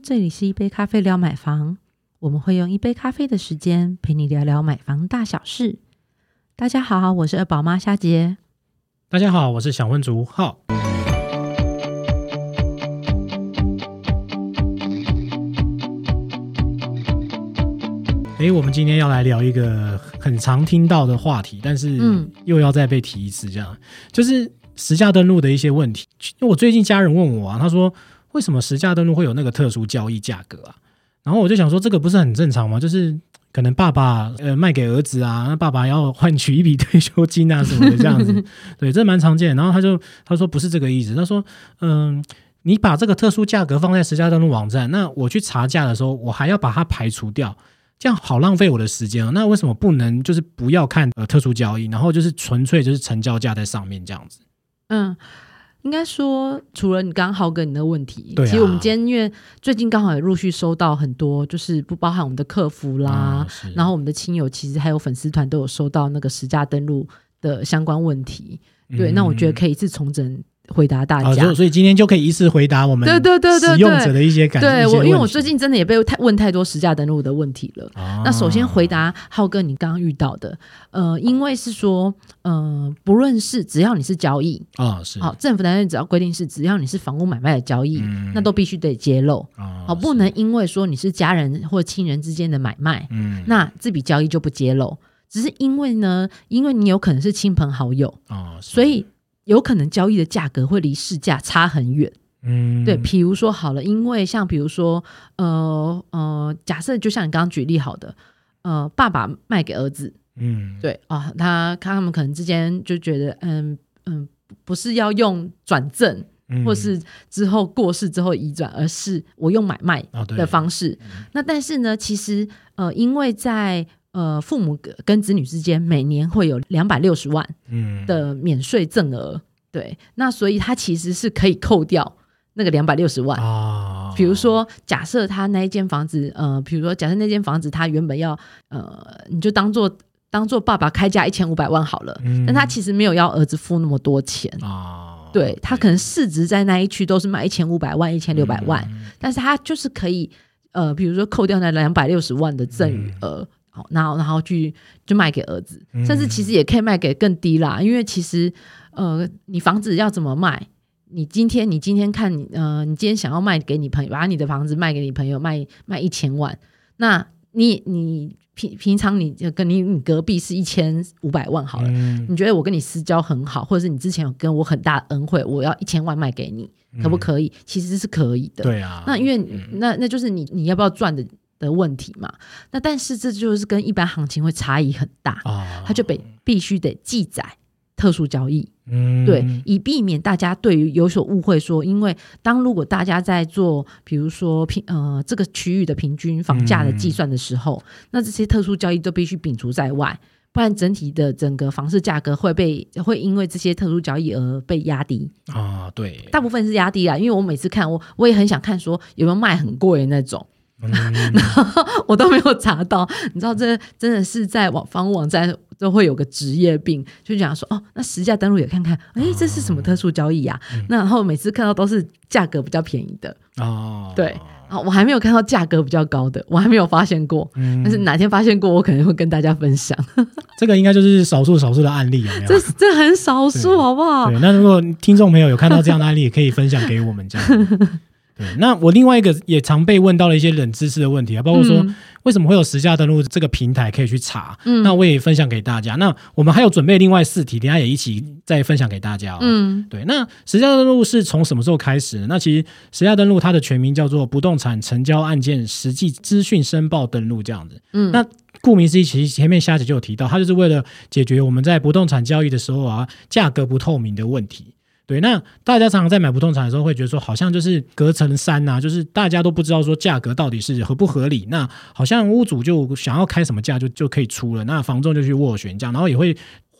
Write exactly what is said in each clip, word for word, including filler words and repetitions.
这里是一杯咖啡聊买房，我们会用一杯咖啡的时间陪你聊聊买房大小事。大家好，我是二宝妈夏杰。 大家好，我是小混族浩。诶，我们今天要来聊一个很常听到的话题，但是又要再被提一次，这样、嗯、就是实价登录的一些问题。因为我最近家人问我啊，他说为什么实价登录会有那个特殊交易价格啊？然后我就想说，这个不是很正常吗？就是可能爸爸呃卖给儿子啊，那爸爸要换取一笔退休金啊什么的这样子，对，这蛮常见的。然后他就他说不是这个意思，他说嗯。你把这个特殊价格放在实价登录网站，那我去查价的时候，我还要把它排除掉，这样好浪费我的时间、哦、那为什么不能就是不要看、呃、特殊交易，然后就是纯粹就是成交价在上面这样子？嗯， 应该说除了你刚刚浩哥你的问题、啊、其实我们今天因为最近刚好也陆续收到很多，就是不包含我们的客服啦、嗯、然后我们的亲友其实还有粉丝团都有收到那个实价登录的相关问题，对、嗯、那我觉得可以一次重整回答大家、 哦、所以今天就可以一次回答我们使用者的一些感觉。 对，我因为我最近真的也被太问太多实价登录的问题了、哦、那首先回答浩哥你刚刚遇到的呃，因为是说呃，不论是只要你是交易、哦、是好，政府单位只要规定是只要你是房屋买卖的交易、嗯、那都必须得揭露、哦、好，不能因为说你是家人或亲人之间的买卖、嗯、那这笔交易就不揭露，只是因为呢因为你有可能是亲朋好友、哦、所以有可能交易的价格会离市价差很远，嗯，对，比如说好了，因为像比如说呃呃，假设就像你刚刚举例好的，呃，爸爸卖给儿子，嗯，对啊，他他们可能之间就觉得，嗯嗯，不是要用转赠，嗯、或是之后过世之后移转，而是我用买卖的方式。哦、那但是呢，其实呃，因为在呃，父母跟子女之间每年会有两百六十万的免税赠额、嗯，对，那所以他其实是可以扣掉那个两百六十万。哦，比如说，假设他那一间房子，呃，比如说假设那间房子他原本要，呃，你就当做当做爸爸开价一千五百万好了、嗯，但他其实没有要儿子付那么多钱。哦，对，他可能市值在那一区都是卖一千五百万、一千六百万、嗯，但是他就是可以，呃，比如说扣掉那两百六十万的赠与额。嗯，然后然后去就卖给儿子、嗯、甚至其实也可以卖给更低啦，因为其实呃你房子要怎么卖，你今天你今天看你呃你今天想要卖给你朋友，把你的房子卖给你朋友卖卖一千万，那你你平平常你跟你你隔壁是一千五百万好了、嗯、你觉得我跟你私交很好，或者是你之前有跟我很大的恩惠，我要一千万卖给你、嗯、可不可以？其实是可以的。对啊，那因为、嗯、那那就是你你要不要赚的的问题嘛，那但是这就是跟一般行情会差异很大，哦、它就得必须得记载特殊交易、嗯、对，以避免大家对于有所误会说，因为当如果大家在做比如说平呃这个区域的平均房价的计算的时候、嗯、那这些特殊交易都必须摒除在外，不然整体的整个房市价格会被会因为这些特殊交易而被压低啊。对，大部分是压低啦，因为我每次看我我也很想看说有没有卖很贵的那种，嗯、然后我都没有查到，你知道这真的是在网房屋网站都会有个职业病，就讲说哦，那实价登录也看看，哎，这是什么特殊交易啊、嗯、那然后每次看到都是价格比较便宜的哦，对，我还没有看到价格比较高的，我还没有发现过、嗯、但是哪天发现过我可能会跟大家分享。 这个应该就是少数少数的案例，有没有？ 这这很少数好不好？ 对，那如果听众朋友有看到这样的案例也可以分享给我们这样。对，那我另外一个也常被问到了一些冷知识的问题啊，包括说、嗯、为什么会有实价登录这个平台可以去查、嗯、那我也分享给大家。那我们还有准备另外四题，等一下也一起再分享给大家、哦、嗯，对，那实价登录是从什么时候开始呢？那其实实价登录它的全名叫做不动产成交案件实际资讯申报登录这样子。嗯，那顾名思义，其实前面夏姐就有提到，它就是为了解决我们在不动产交易的时候啊价格不透明的问题。对，那大家常常在买不动产的时候会觉得说好像就是隔层山啊，就是大家都不知道说价格到底是合不合理，那好像屋主就想要开什么价就就可以出了，那房仲就去斡旋这样，然后也会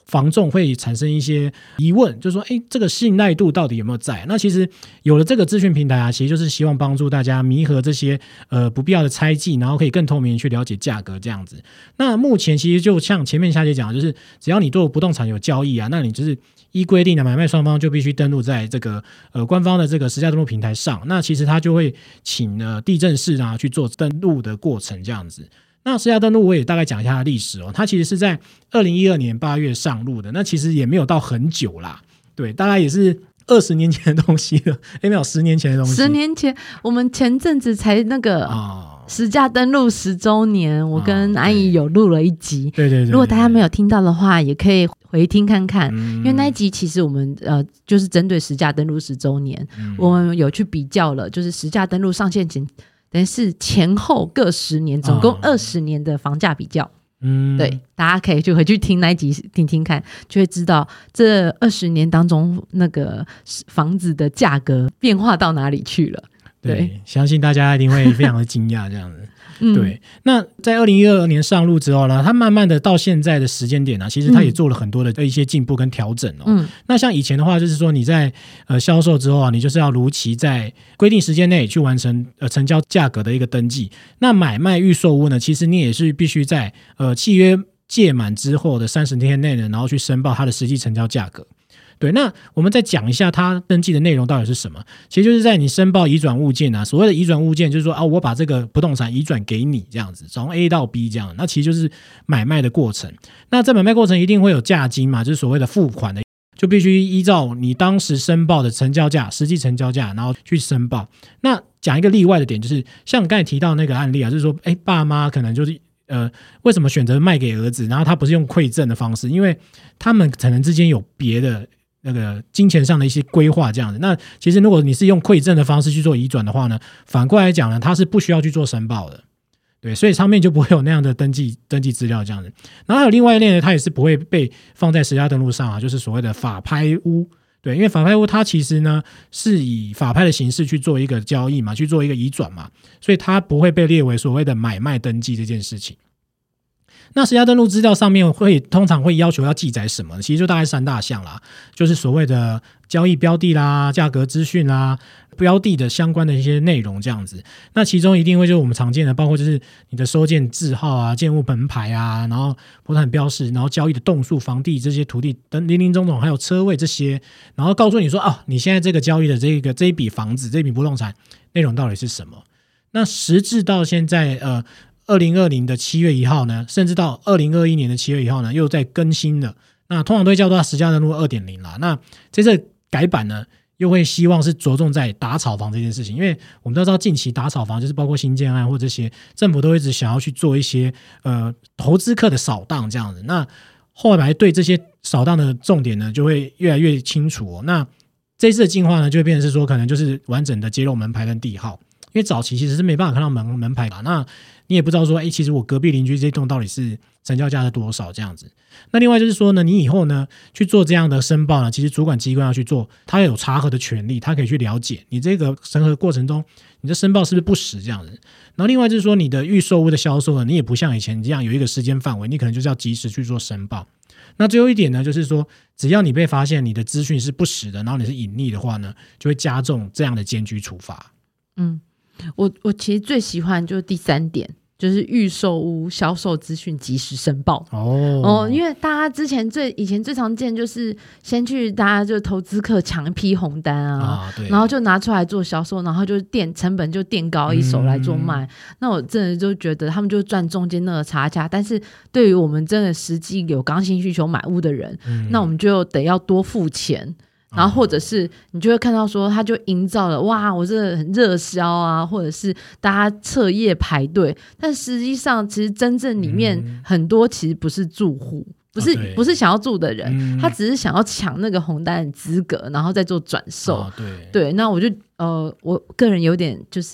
房仲会产生一些疑问，就是说诶这个信赖度到底有没有在？那其实有了这个资讯平台啊，其实就是希望帮助大家弥合这些呃不必要的猜忌，然后可以更透明去了解价格这样子。那目前其实就像前面夏姐讲的，就是只要你做不动产有交易啊，那你就是依规定的买卖双方就必须登录在这个呃官方的这个实价登录平台上，那其实他就会请呃地政士啊去做登录的过程这样子。那实价登录我也大概讲一下它的历史哦，它其实是在二零一二年八月上路的，那其实也没有到很久啦，对，大概也是二十年前的东西了，哎没有十年前的东西， 十年前我们前阵子才那个实价登录十周年，哦、我跟安怡有录了一集， 对对 对, 对， 如果大家没有听到的话，也可以回听看看，嗯、因为那一集其实我们呃就是针对实价登录十周年，嗯、我们有去比较了，就是实价登录上线前。等于是前后各十年，总共二十年的房价比较，嗯，对，大家可以就回去听那一集听听看，就会知道这二十年当中那个房子的价格变化到哪里去了。对， 对相信大家一定会非常的惊讶这样子。嗯、对，那在二零一二年上路之后呢，它慢慢的到现在的时间点啊，其实它也做了很多的一些进步跟调整哦。嗯、那像以前的话，就是说你在呃销售之后啊，你就是要如期在规定时间内去完成呃成交价格的一个登记。那买卖预售屋呢，其实你也是必须在呃契约届满之后的三十天内呢，然后去申报它的实际成交价格。对，那我们再讲一下它登记的内容到底是什么。其实就是在你申报移转物件啊，所谓的移转物件就是说啊，我把这个不动产移转给你这样子，从 A 到 B 这样，那其实就是买卖的过程。那在买卖过程一定会有价金嘛，就是所谓的付款的，就必须依照你当时申报的成交价、实际成交价，然后去申报。那讲一个例外的点，就是像你刚才提到那个案例啊，就是说，哎，爸妈可能就是呃，为什么选择卖给儿子，然后他不是用馈赠的方式，因为他们可能之间有别的。那个金钱上的一些规划这样子，那其实如果你是用馈赠的方式去做移转的话呢，反过来讲呢，它是不需要去做申报的，对，所以上面就不会有那样的登记登记资料这样子。然后还有另外一类呢，它也是不会被放在实价登录上啊，就是所谓的法拍屋，对，因为法拍屋它其实呢是以法拍的形式去做一个交易嘛，去做一个移转嘛，所以它不会被列为所谓的买卖登记这件事情。那实价登录资料上面会通常会要求要记载什么？其实就大概三大项啦，就是所谓的交易标的啦、价格资讯啦、标的的相关的一些内容这样子。那其中一定会就是我们常见的，包括就是你的收件字号啊、建物门牌啊，然后不动产标示，然后交易的栋数、房地这些土地等林林总总，还有车位这些，然后告诉你说啊，你现在这个交易的这个这一笔房子、这一笔不动产内容到底是什么？那时至到现在呃。二零二零的七月一号呢，甚至到二零二一年的七月一号呢，又在更新了。那通常都会叫做实价登录 二点零 啦。那这次改版呢，又会希望是着重在打炒房这件事情，因为我们都知道近期打炒房就是包括新建案或这些，政府都一直想要去做一些呃投资客的扫荡这样子。那后来对这些扫荡的重点呢，就会越来越清楚哦。那这次的进化呢，就会变成是说，可能就是完整的揭露门牌跟地号。因为早期其实是没办法看到 门, 门牌的，那你也不知道说，哎，其实我隔壁邻居这栋到底是成交价是多少这样子。那另外就是说呢，你以后呢去做这样的申报呢，其实主管机关要去做，他有查核的权利，他可以去了解你这个审核过程中，你的申报是不是不实这样子。然后另外就是说，你的预售屋的销售呢，你也不像以前这样有一个时间范围，你可能就是要及时去做申报。那最后一点呢，就是说，只要你被发现你的资讯是不实的，然后你是隐匿的话呢，就会加重这样的检举处罚。 嗯。我我其实最喜欢就是第三点，就是预售屋销售资讯及时申报哦哦，因为大家之前最以前最常见就是先去大家就投资客抢一批红单 啊, 啊然后就拿出来做销售，然后就垫成本就垫高一手来做卖、嗯、那我真的就觉得他们就赚中间那个差价，但是对于我们真的实际有刚性需求买屋的人、嗯、那我们就得要多付钱，然后或者是你就会看到说他就营造了哇我这很热销啊，或者是大家彻夜排队，但实际上其实真正里面很多其实不是住户、嗯、不是、哦、不是想要住的人、嗯、他只是想要抢那个红单的资格然后再做转售、哦、对对，那我就呃我个人有点就是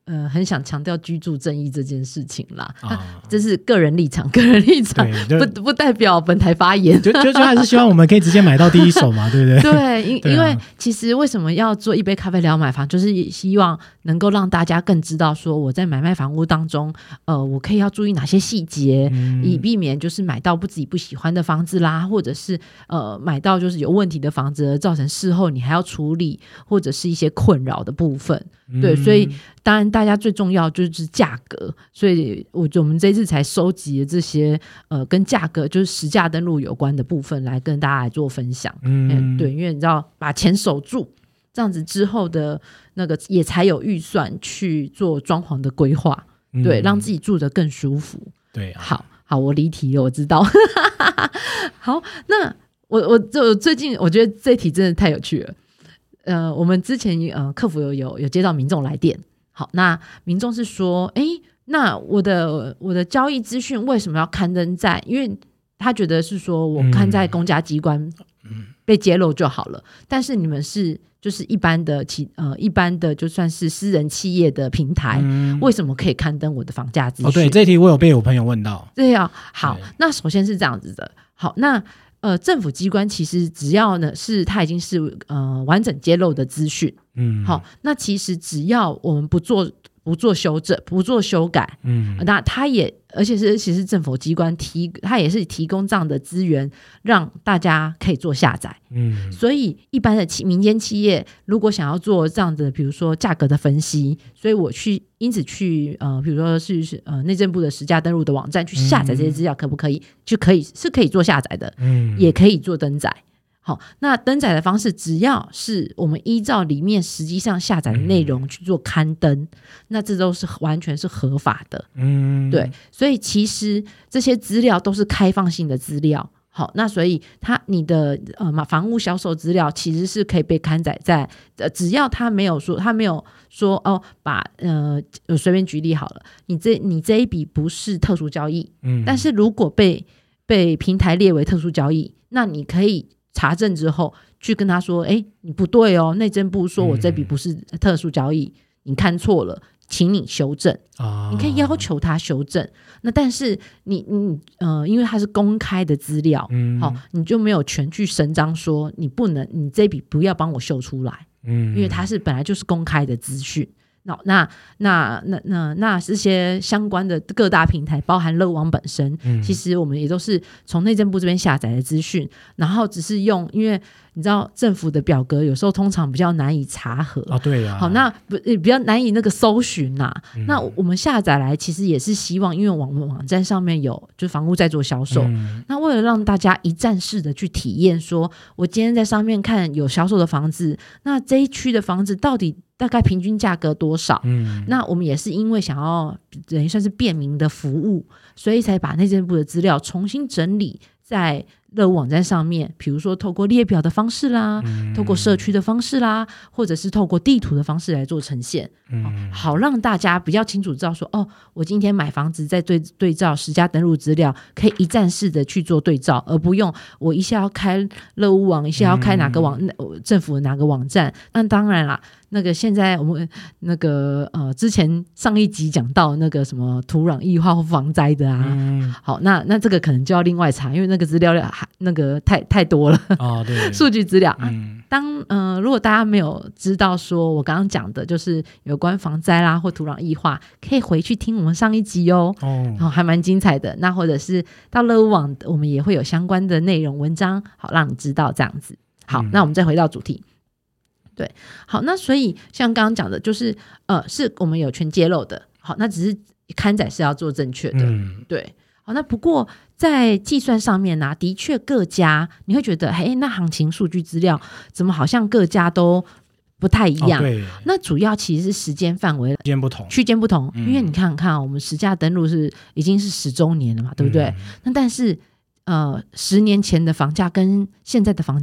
呃，很想强调居住正义这件事情啦，啊、这是个人立场，个人立场不不代表本台发言， 就就就还是希望我们可以直接买到第一手嘛，对不对？ 对，因、啊、因为其实为什么要做一杯咖啡聊买房，就是希望能够让大家更知道说我在买卖房屋当中，呃，我可以要注意哪些细节，嗯、以避免就是买到不自己不喜欢的房子啦，或者是呃买到就是有问题的房子，而造成事后你还要处理或者是一些困扰的部分。对，所以当然大家最重要就是价格，所以我我们这一次才收集了这些呃跟价格就是实价登录有关的部分来跟大家来做分享。嗯，对，因为你知道把钱守住，这样子之后的那个也才有预算去做装潢的规划，嗯、对，让自己住得更舒服。 对、啊， 好好，我离题了，我知道。好，那我我就最近我觉得这题真的太有趣了。呃，我们之前呃客服有有有接到民众来电，好，那民众是说，哎，那我的我的交易资讯为什么要刊登在？因为他觉得是说我看在公家机关被揭露就好了，嗯、但是你们是就是一般的企呃一般的就算是私人企业的平台，嗯、为什么可以刊登我的房价资讯？ 哦，对，这题我有被我朋友问到。 对啊，好，那首先是这样子的，好，那。呃，政府机关其实只要呢是它已经是呃完整揭露的资讯，嗯，好，那其实只要我们不做不做修正、不做修改，嗯，那它也而且是其实政府机关提它也是提供这样的资源，让大家可以做下载，嗯，所以一般的企民间企业如果想要做这样的，比如说价格的分析，所以我去因此去呃，比如说是呃内政部的实价登录的网站去下载这些资料，可不可以？就可以是可以做下载的，嗯，也可以做登载。好，那登载的方式只要是我们依照里面实际上下载的内容去做刊登，嗯、那这都是完全是合法的。嗯，对，所以其实这些资料都是开放性的资料。好，那所以它你的呃房屋销售资料其实是可以被刊载在，呃，只要他没有说他没有说哦，把呃随便举例好了，你这你这一笔不是特殊交易，嗯，但是如果被被平台列为特殊交易，那你可以查证之后去跟他说，哎，你不对哦，内政部说我这笔不是特殊交易，嗯、你看错了，请你修正。啊、你可以要求他修正。那但是你你呃，因为它是公开的资料，嗯，好，你就没有权去声张说你不能，你这笔不要帮我秀出来，嗯，因为它是本来就是公开的资讯。那那那那那那这些相关的各大平台，包含乐网本身，嗯、其实我们也都是从内政部这边下载的资讯，然后只是用，因为你知道政府的表格有时候通常比较难以查核啊， 对啊， 好，那不比较难以那个搜寻呐、啊。嗯、那我们下载来，其实也是希望，因为网网站上面有就房屋在做销售，嗯、那为了让大家一站式的去体验，说我今天在上面看有销售的房子，那这一区的房子到底大概平均价格多少？嗯，那我们也是因为想要等于算是便民的服务，所以才把内政部的资料重新整理在乐屋网站上面，比如说透过列表的方式啦，嗯、透过社区的方式啦，或者是透过地图的方式来做呈现，嗯、好让大家比较清楚知道说，哦，我今天买房子在对对照实价登录资料，可以一站式的去做对照，而不用我一下要开乐屋网，一下要开哪个网、嗯、政府的哪个网站。那当然啦，那个现在我们那个呃之前上一集讲到那个什么土壤异化或防灾的啊，嗯、好，那那这个可能就要另外查，因为那个资料那个太太多了哦，对，数据资料、嗯啊、当呃如果大家没有知道说我刚刚讲的就是有关防灾啦或土壤异化，可以回去听我们上一集哦，哦，然后还蛮精彩的。那或者是到乐屋网我们也会有相关的内容文章，好让你知道这样子。好、嗯、那我们再回到主题。对，好，那所以像刚刚讲的就是呃是我们有权揭露的，好，那只是刊载是要做正确的，嗯，对，好，那不过在计算上面呢、啊，的确各家你会觉得，嘿，那行情数据资料怎么好像各家都不太一样？哦、对，那主要其实是时间范围区间不同， 区间不同，嗯、因为你看看、哦、我们实价登录是已经是十周年了嘛，对不对？嗯、那但是呃，十年前的房价跟现在的房价，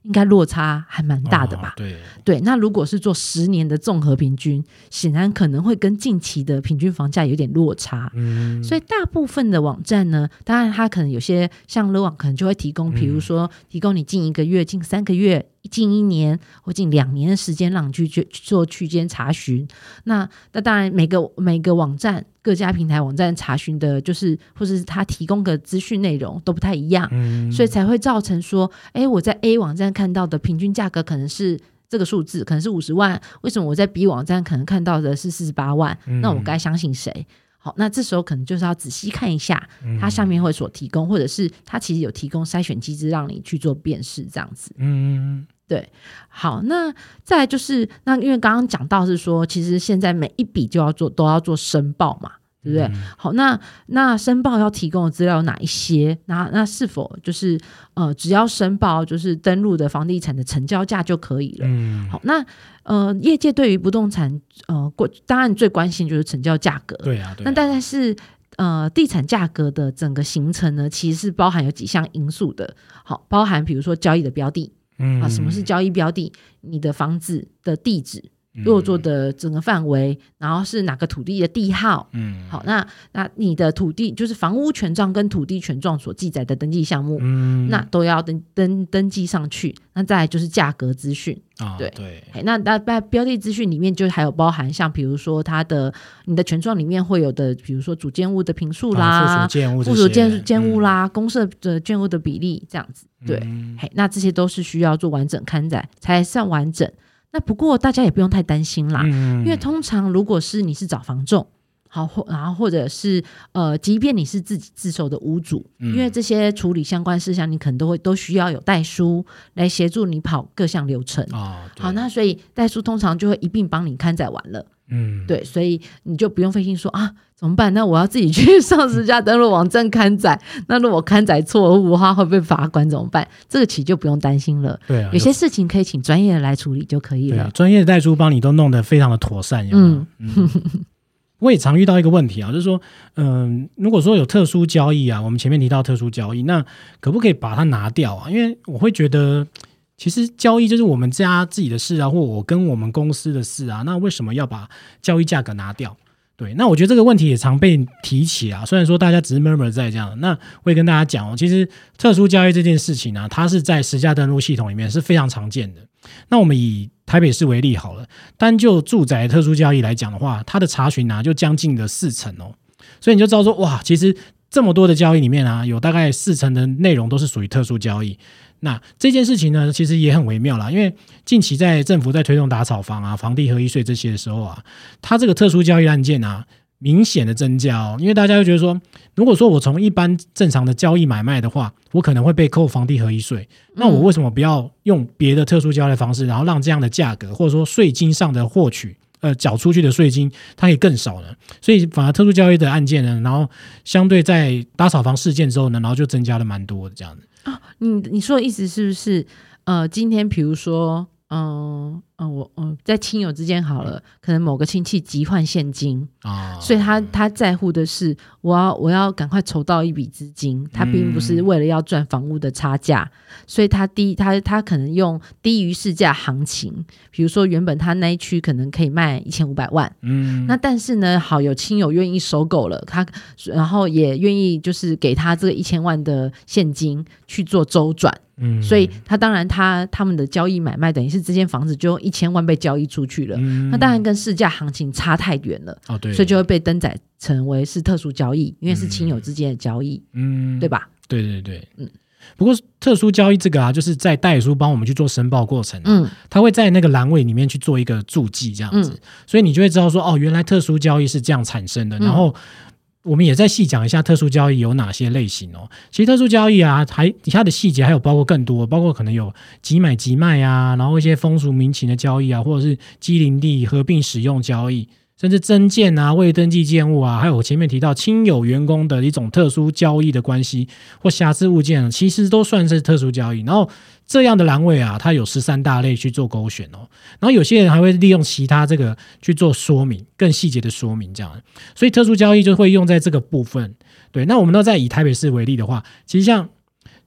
应该落差还蛮大的吧？ 哦、对对，那如果是做十年的综合平均，显然可能会跟近期的平均房价有点落差。嗯，所以大部分的网站呢，当然它可能有些像乐网可能就会提供，比如说提供你近一个月、近三个月、近一年或近两年的时间让你去做区间查询。那那当然每个每个网站各家平台网站查询的就是或者是他提供的资讯内容都不太一样、嗯、所以才会造成说哎，我在 A 网站看到的平均价格可能是这个数字，可能是五十万，为什么我在 B 网站可能看到的是四十八万、嗯、那我该相信谁？好，那这时候可能就是要仔细看一下它下面会所提供、嗯、或者是它其实有提供筛选机制让你去做辨识这样子。嗯，对。好，那再来就是那因为刚刚讲到是说其实现在每一笔就要做都要做申报嘛，对不对、嗯、好，那那申报要提供的资料有哪一些？那那是否就是呃只要申报就是登录的房地产的成交价就可以了？嗯，好，那呃业界对于不动产呃当然最关心就是成交价格， 对啊，对啊， 那但是呃地产价格的整个形成呢，其实是包含有几项因素的。好，包含比如说交易的标的。嗯啊，什么是交易标的？你的房子的地址、落座的整个范围，然后是哪个土地的地号。嗯，好，那那你的土地就是房屋权状跟土地权状所记载的登记项目，嗯，那都要登登登记上去。那再来就是价格资讯。啊，对对，那那标的资讯里面就还有包含像比如说它的你的权状里面会有的，比如说主建物的坪数啦、 啊、附属建物、 附属建建物啦、嗯、公设的建物的比例这样子，对、嗯，那这些都是需要做完整刊载才算完整。那不过大家也不用太担心啦，嗯、因为通常如果是你是找房仲。好，然后或者是呃，即便你是自己自售的屋主、嗯，因为这些处理相关事项，你可能都会都需要有代书来协助你跑各项流程。哦、好，那所以代书通常就会一并帮你刊载完了。嗯，对，所以你就不用费心说啊，怎么办？那我要自己去上实价登录网站刊载，那如果刊载错误的话，会被罚款怎么办？这个其实就不用担心了。对啊，有些事情可以请专业的来处理就可以了。 专业的代书帮你都弄得非常的妥善，有没有？嗯。嗯我也常遇到一个问题啊，就是说，嗯、呃，如果说有特殊交易啊，我们前面提到特殊交易，那可不可以把它拿掉啊？因为我会觉得，其实交易就是我们家自己的事啊，或我跟我们公司的事啊，那为什么要把交易价格拿掉？对，那我觉得这个问题也常被提起啊。虽然说大家只是 murmur 在这样，那我也跟大家讲哦，其实特殊交易这件事情啊，它是在实价登录系统里面是非常常见的。那我们以台北市为例好了，单就住宅特殊交易来讲的话，它的查询啊就将近了四成哦，所以你就知道说哇，其实这么多的交易里面啊，有大概四成的内容都是属于特殊交易。那这件事情呢，其实也很微妙啦，因为近期在政府在推动打炒房啊、房地合一税这些的时候啊，它这个特殊交易案件啊，明显的增加哦，因为大家会觉得说，如果说我从一般正常的交易买卖的话，我可能会被扣房地合一税，那我为什么不要用别的特殊交易的方式，然后让这样的价格或者说税金上的获取，呃，缴出去的税金它可以更少呢？所以反而特殊交易的案件呢，然后相对在打炒房事件之后呢，然后就增加了蛮多的这样子。 啊，你你说的意思是不是呃，今天比如说嗯嗯，我嗯在亲友之间好了，可能某个亲戚急换现金啊，所以他他在乎的是我要我要赶快筹到一笔资金，他并不是为了要赚房屋的差价，嗯、所以他低他他可能用低于市价行情，比如说原本他那一区可能可以卖一千五百万，嗯，那但是呢，好有亲友愿意收购了他，然后也愿意就是给他这个一千万的现金去做周转。嗯，所以他当然他他们的交易买卖等于是这间房子就用一千万被交易出去了，嗯、那当然跟市价行情差太远了，哦对，所以就会被登载成为是特殊交易，因为是亲友之间的交易，嗯，对吧？ 对对对，嗯。不过特殊交易这个啊，就是在代书帮我们去做申报过程、啊，嗯，他会在那个栏位里面去做一个注记这样子，嗯、所以你就会知道说，哦，原来特殊交易是这样产生的，嗯、然后。我们也再细讲一下特殊交易有哪些类型哦。其实特殊交易啊，还它的细节还有包括更多，包括可能有即买即卖啊，然后一些风俗民情的交易啊，或者是机林地合并使用交易，甚至增建啊、未登记建物啊，还有我前面提到亲友员工的一种特殊交易的关系或瑕疵物件，其实都算是特殊交易。然后这样的栏位啊，它有十三大类去做勾选哦。然后有些人还会利用其他这个去做说明，更细节的说明这样。所以特殊交易就会用在这个部分。对，那我们都在以台北市为例的话，其实像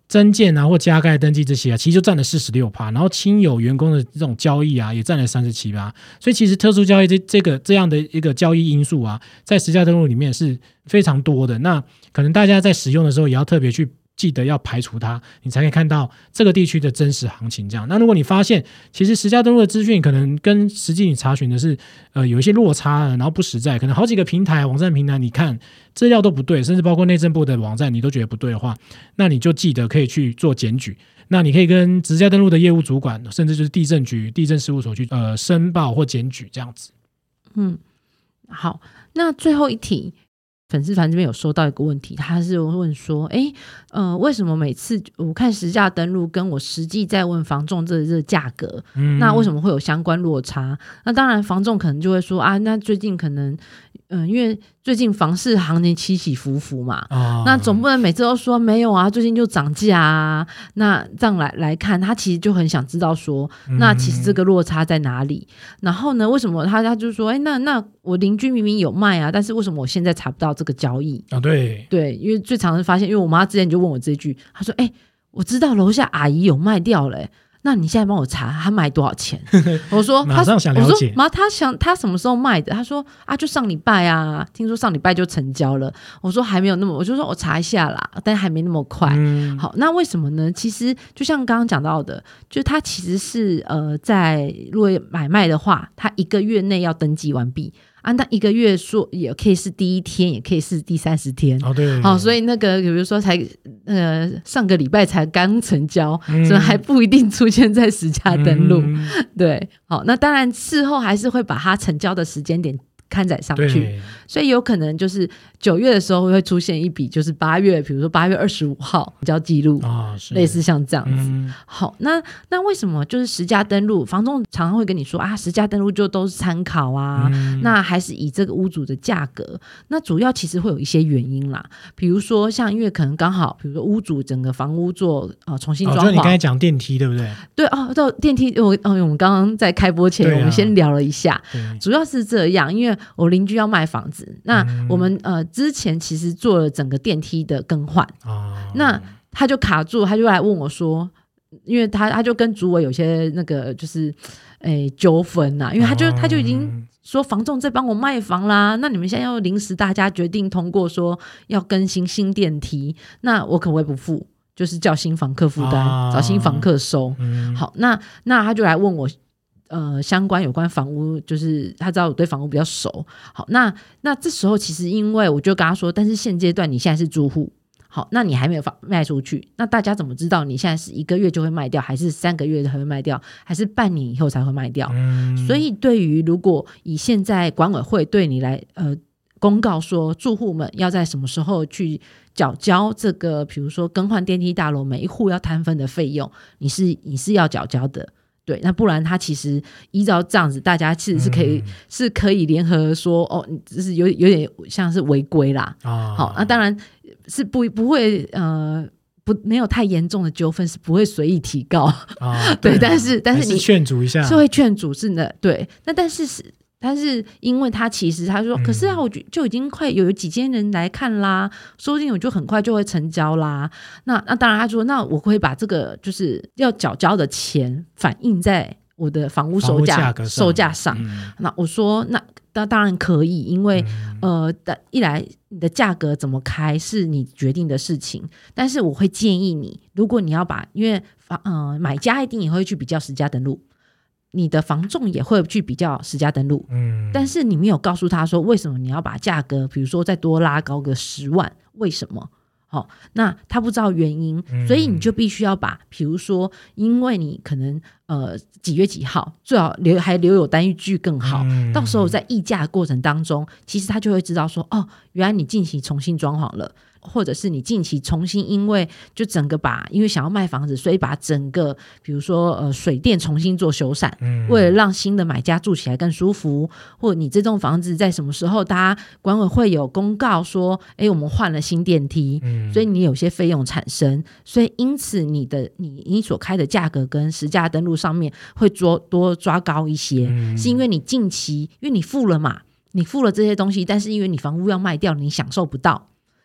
增建啊或加盖登记这些啊，其实就占了 百分之四十六， 然后亲友员工的这种交易啊也占了 百分之三十七， 所以其实特殊交易 这, 这个这样的一个交易因素啊，在实价登录里面是非常多的。那可能大家在使用的时候也要特别去记得要排除它，你才可以看到这个地区的真实行情这样。那如果你发现其实实价登录的资讯可能跟实际你查询的是呃有一些落差，然后不实在，可能好几个平台网站平台你看资料都不对，甚至包括内政部的网站你都觉得不对的话，那你就记得可以去做检举。那你可以跟实价登录的业务主管，甚至就是地政局、地政事务所去呃申报或检举这样子。 嗯，好，那最后一题。粉丝团这边有收到一个问题，他是问说，哎，呃，为什么每次我看实价登录跟我实际在问房仲这这个价格、嗯，那为什么会有相关落差？那当然，房仲可能就会说啊，那最近可能，嗯、呃，因为最近房市行情起起伏伏嘛、哦，那总不能每次都说没有啊，最近就涨价啊。那这样来来看，他其实就很想知道说，那其实这个落差在哪里？嗯、然后呢，为什么他他就说，哎，那那我邻居明明有卖啊，但是为什么我现在查不到这个交易啊？对对，因为最常是发现，因为我妈之前就问我这句，她说，哎，我知道楼下阿姨有卖掉了、欸。那你现在帮我查他卖多少钱？我说马上想了解。 我说妈，他想他什么时候卖的？他说啊，就上礼拜啊，听说上礼拜就成交了。我说还没有那么，我就说我查一下啦，但还没那么快。嗯、好，那为什么呢？其实就像刚刚讲到的，就他其实是呃，在如果买卖的话，他一个月内要登记完毕。啊，那一个月说也可以是第一天，也可以是第三十天。 哦，对对对， 好，所以那个比如说才呃上个礼拜才刚成交，嗯、所以还不一定出现在实价登录。嗯、对，好，那当然事后还是会把它成交的时间点刊载上去，所以有可能就是九月的时候会出现一笔，就是八月，比如说八月二十五号成交记录、哦、类似像这样子。嗯、好，那那为什么就是实价登录，房仲常常会跟你说啊，实价登录就都是参考啊、嗯，那还是以这个屋主的价格？那主要其实会有一些原因啦，比如说像因为可能刚好，比如说屋主整个房屋做呃重新装潢，哦， 就你刚才讲电梯对不对？ 对哦，到电梯我哦，我们刚刚在开播前、啊、我们先聊了一下，主要是这样，因为我邻居要卖房子，那我们、嗯、呃之前其实做了整个电梯的更换、哦、那他就卡住，他就来问我说，因为他他就跟主委有些那个就是诶纠纷呐，因为他就、哦、他就已经说房仲在帮我卖房啦，那你们现在要临时大家决定通过说要更新新电梯，那我可不可以不付？就是叫新房客负担、哦、找新房客收、嗯、好，那那他就来问我呃，相关有关房屋，就是他知道我对房屋比较熟。好，那那这时候其实因为我就跟他说，但是现阶段你现在是租户，好，那你还没有卖出去，那大家怎么知道你现在是一个月就会卖掉，还是三个月才会卖掉，还是半年以后才会卖掉？嗯、所以对于如果以现在管委会对你来呃公告说住户们要在什么时候去缴交这个，比如说更换电梯大楼每一户要摊分的费用，你是你是要缴交的。对，那不然他其实依照这样子，大家其实是可以、嗯、是可以联合说，哦，就是有有点像是违规啦。哦、好，那当然是不不会呃不没有太严重的纠纷是不会随意提告。哦、对, 对，但是但是你劝阻一下， 是会劝阻是的，对。那但是是。但是因为他其实他说、嗯、可是啊我就已经快有几千人来看啦，说不定我就很快就会成交啦。那那当然他说那我会把这个就是要缴交的钱反映在我的房屋售价售价上、嗯、那我说那那当然可以，因为、嗯、呃一来你的价格怎么开是你决定的事情，但是我会建议你，如果你要把因为呃买家一定也会去比较实价登录，你的房仲也会去比较实价登录、嗯、但是你没有告诉他说为什么你要把价格比如说再多拉高个十万，为什么？好、哦，那他不知道原因、嗯、所以你就必须要把比如说因为你可能呃几月几号最好留还留有单据更好、嗯、到时候在议价过程当中其实他就会知道说哦，原来你近期重新装潢了，或者是你近期重新因为就整个把因为想要卖房子，所以把整个比如说呃水电重新做修缮、嗯、为了让新的买家住起来更舒服，或者你这栋房子在什么时候大家管委会有公告说哎我们换了新电梯、嗯、所以你有些费用产生，所以因此你的你你所开的价格跟实价登录上面会多多抓高一些、嗯、是因为你近期因为你付了嘛，你付了这些东西，但是因为你房屋要卖掉你享受不到，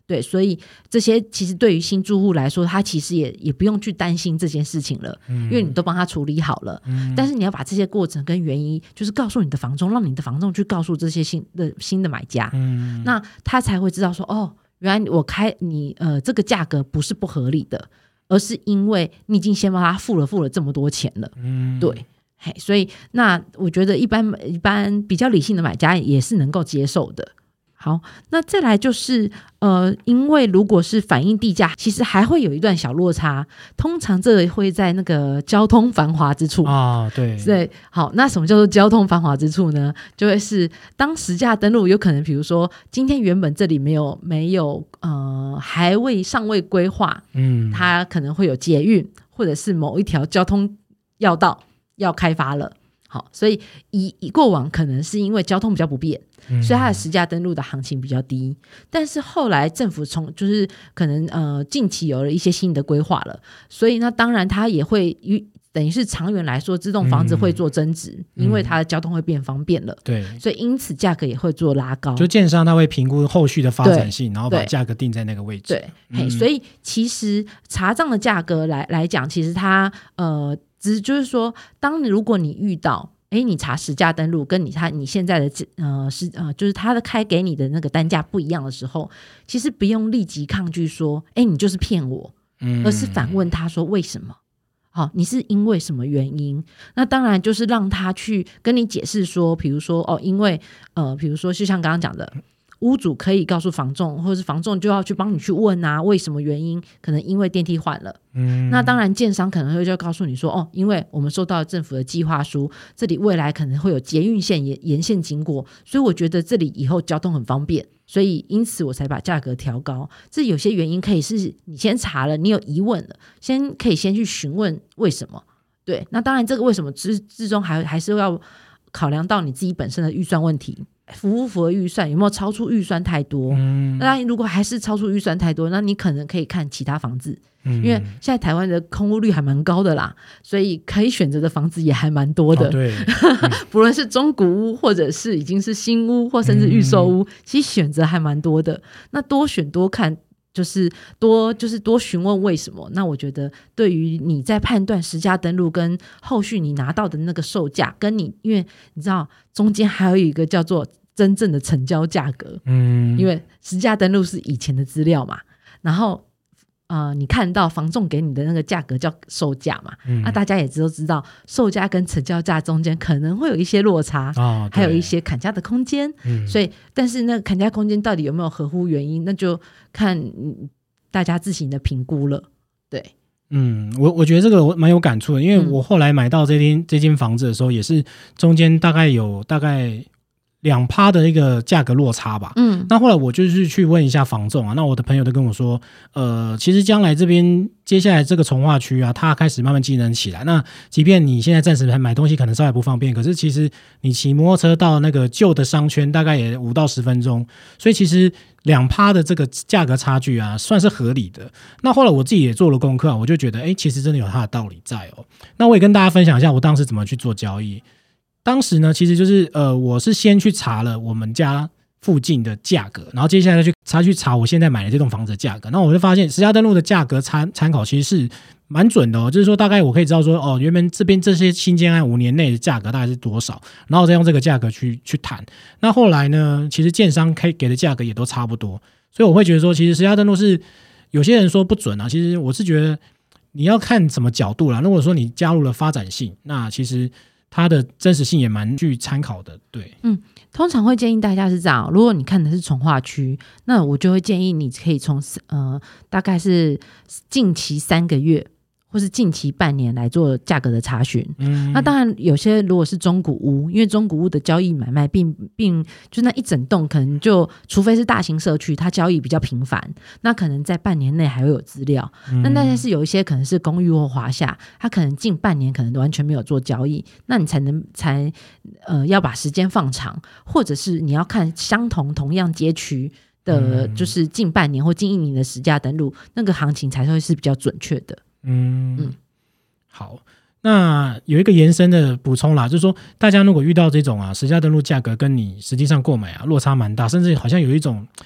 对，所以这些其实对于新住户来说，他其实也也不用去担心这件事情了，嗯、因为你都帮他处理好了。嗯、但是你要把这些过程跟原因，就是告诉你的房仲，让你的房仲去告诉这些新的新的买家，嗯、那他才会知道说，哦，原来我开你呃这个价格不是不合理的，而是因为你已经先帮他付了付了这么多钱了。嗯，对，嘿，所以那我觉得一般一般比较理性的买家也是能够接受的。好，那再来就是呃，因为如果是反映地价，其实还会有一段小落差，通常这会在那个交通繁华之处啊，对对。好，那什么叫做交通繁华之处呢？就会是当实价登录，有可能比如说今天原本这里没有没有呃还未尚未规划，嗯，它可能会有捷运或者是某一条交通要道要开发了。好，所以以以过往可能是因为交通比较不便，嗯、所以它的实价登录的行情比较低。但是后来政府从就是可能呃近期有了一些新的规划了，所以那当然它也会等于是长远来说，这栋房子会做增值，嗯、因为它的交通会变方便了。对，所以因此价格也会做拉高。 就建商他会评估后续的发展性，然后把价格定在那个位置。 对，嗯、所以其实查账的价格来来讲，其实它呃。只就是说，当你如果你遇到，哎，你查实价登录跟你他你现在的呃是呃就是他的开给你的那个单价不一样的时候，其实不用立即抗拒说，哎，你就是骗我，嗯、而是反问他说为什么？好、哦，你是因为什么原因？那当然就是让他去跟你解释说，比如说哦，因为呃，比如说就像刚刚讲的。屋主可以告诉房仲，或者是房仲就要去帮你去问啊，为什么原因？可能因为电梯换了，嗯，那当然建商可能会就要告诉你说，哦，因为我们收到政府的计划书，这里未来可能会有捷运线沿沿线经过，所以我觉得这里以后交通很方便，所以因此我才把价格调高。这有些原因可以是你先查了，你有疑问了，先可以先去询问为什么。对，那当然这个为什么之之中还还是要考量到你自己本身的预算问题。符不符合预算，有没有超出预算太多，嗯、那如果还是超出预算太多，那你可能可以看其他房子，嗯、因为现在台湾的空屋率还蛮高的啦，所以可以选择的房子也还蛮多的，哦对嗯、不论是中古屋或者是已经是新屋或甚至预售屋，嗯、其实选择还蛮多的，那多选多看就是多就是多询问为什么。那我觉得对于你在判断实价登录跟后续你拿到的那个售价，跟你因为你知道中间还有一个叫做真正的成交价格，嗯，因为实价登录是以前的资料嘛，然后呃，你看到房仲给你的那个价格叫售价嘛，那、嗯啊、大家也都知道售价跟成交价中间可能会有一些落差，哦、还有一些砍价的空间，嗯、所以但是那个砍价空间到底有没有合乎原因，那就看大家自行的评估了。对， 嗯，我我觉得这个我蛮有感触的，因为我后来买到这间、嗯、这间房子的时候，也是中间大概有大概两趴的一个价格落差吧。嗯，那后来我就是去问一下房仲啊，那我的朋友都跟我说，呃，其实将来这边接下来这个从化区啊，它开始慢慢机能起来。那即便你现在暂时买东西可能稍微不方便，可是其实你骑摩托车到那个旧的商圈，大概也五到十分钟，所以其实两趴的这个价格差距啊，算是合理的。那后来我自己也做了功课啊，我就觉得，哎，其实真的有它的道理在哦。那我也跟大家分享一下我当时怎么去做交易。当时呢，其实就是呃，我是先去查了我们家附近的价格，然后接下来去查去查我现在买的这栋房子的价格，然后我就发现实价登录的价格参参考其实是蛮准的哦，就是说大概我可以知道说哦，原本这边这些新建案五年内的价格大概是多少，然后再用这个价格去去谈。那后来呢，其实建商可以给的价格也都差不多，所以我会觉得说，其实实价登录是有些人说不准啊，其实我是觉得你要看什么角度啦。如果说你加入了发展性，那其实它的真实性也蛮具参考的。对， 嗯，通常会建议大家是这样，如果你看的是从化区，那我就会建议你可以从呃大概是近期三个月或是近期半年来做价格的查询。嗯，那当然有些如果是中古屋，因为中古屋的交易买卖并并就那一整栋可能就除非是大型社区，它交易比较频繁，那可能在半年内还会有资料。嗯、那但是有一些可能是公寓或华夏，它可能近半年可能完全没有做交易，那你才能才呃要把时间放长，或者是你要看相同同样街区的，就是近半年或近一年的实价登录，那个行情才会是比较准确的。嗯嗯，好，那有一个延伸的补充啦，就是说大家如果遇到这种啊实价登录价格跟你实际上购买啊落差蛮大，甚至好像有一种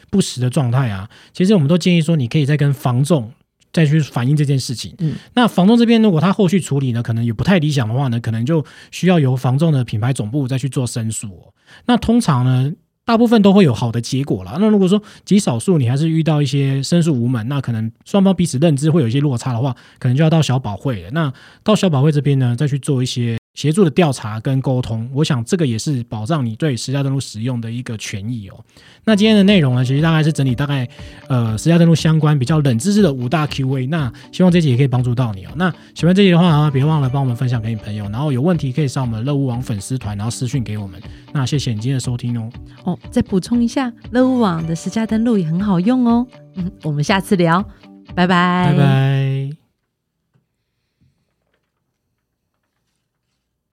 不实的状态啊，其实我们都建议说你可以再跟房仲再去反映这件事情。嗯，那房仲这边如果他后续处理呢可能也不太理想的话呢，可能就需要由房仲的品牌总部再去做申诉哦。那通常呢大部分都会有好的结果啦，那如果说极少数你还是遇到一些申诉无门，那可能双方彼此认知会有一些落差的话，可能就要到小保会了。那到小保会这边呢再去做一些协助的调查跟沟通，我想这个也是保障你对实价登录使用的一个权益哦。那今天的内容呢，其实大概是整理大概呃实价登录相关比较冷知识的五大 Q A， 那希望这集也可以帮助到你哦。那喜欢这集的话，别忘了帮我们分享给你朋友，然后有问题可以上我们乐屋网粉丝团，然后私讯给我们。那谢谢你今天的收听哦。 哦，再补充一下，乐屋网的实价登录也很好用哦。嗯，我们下次聊，拜拜， 拜拜。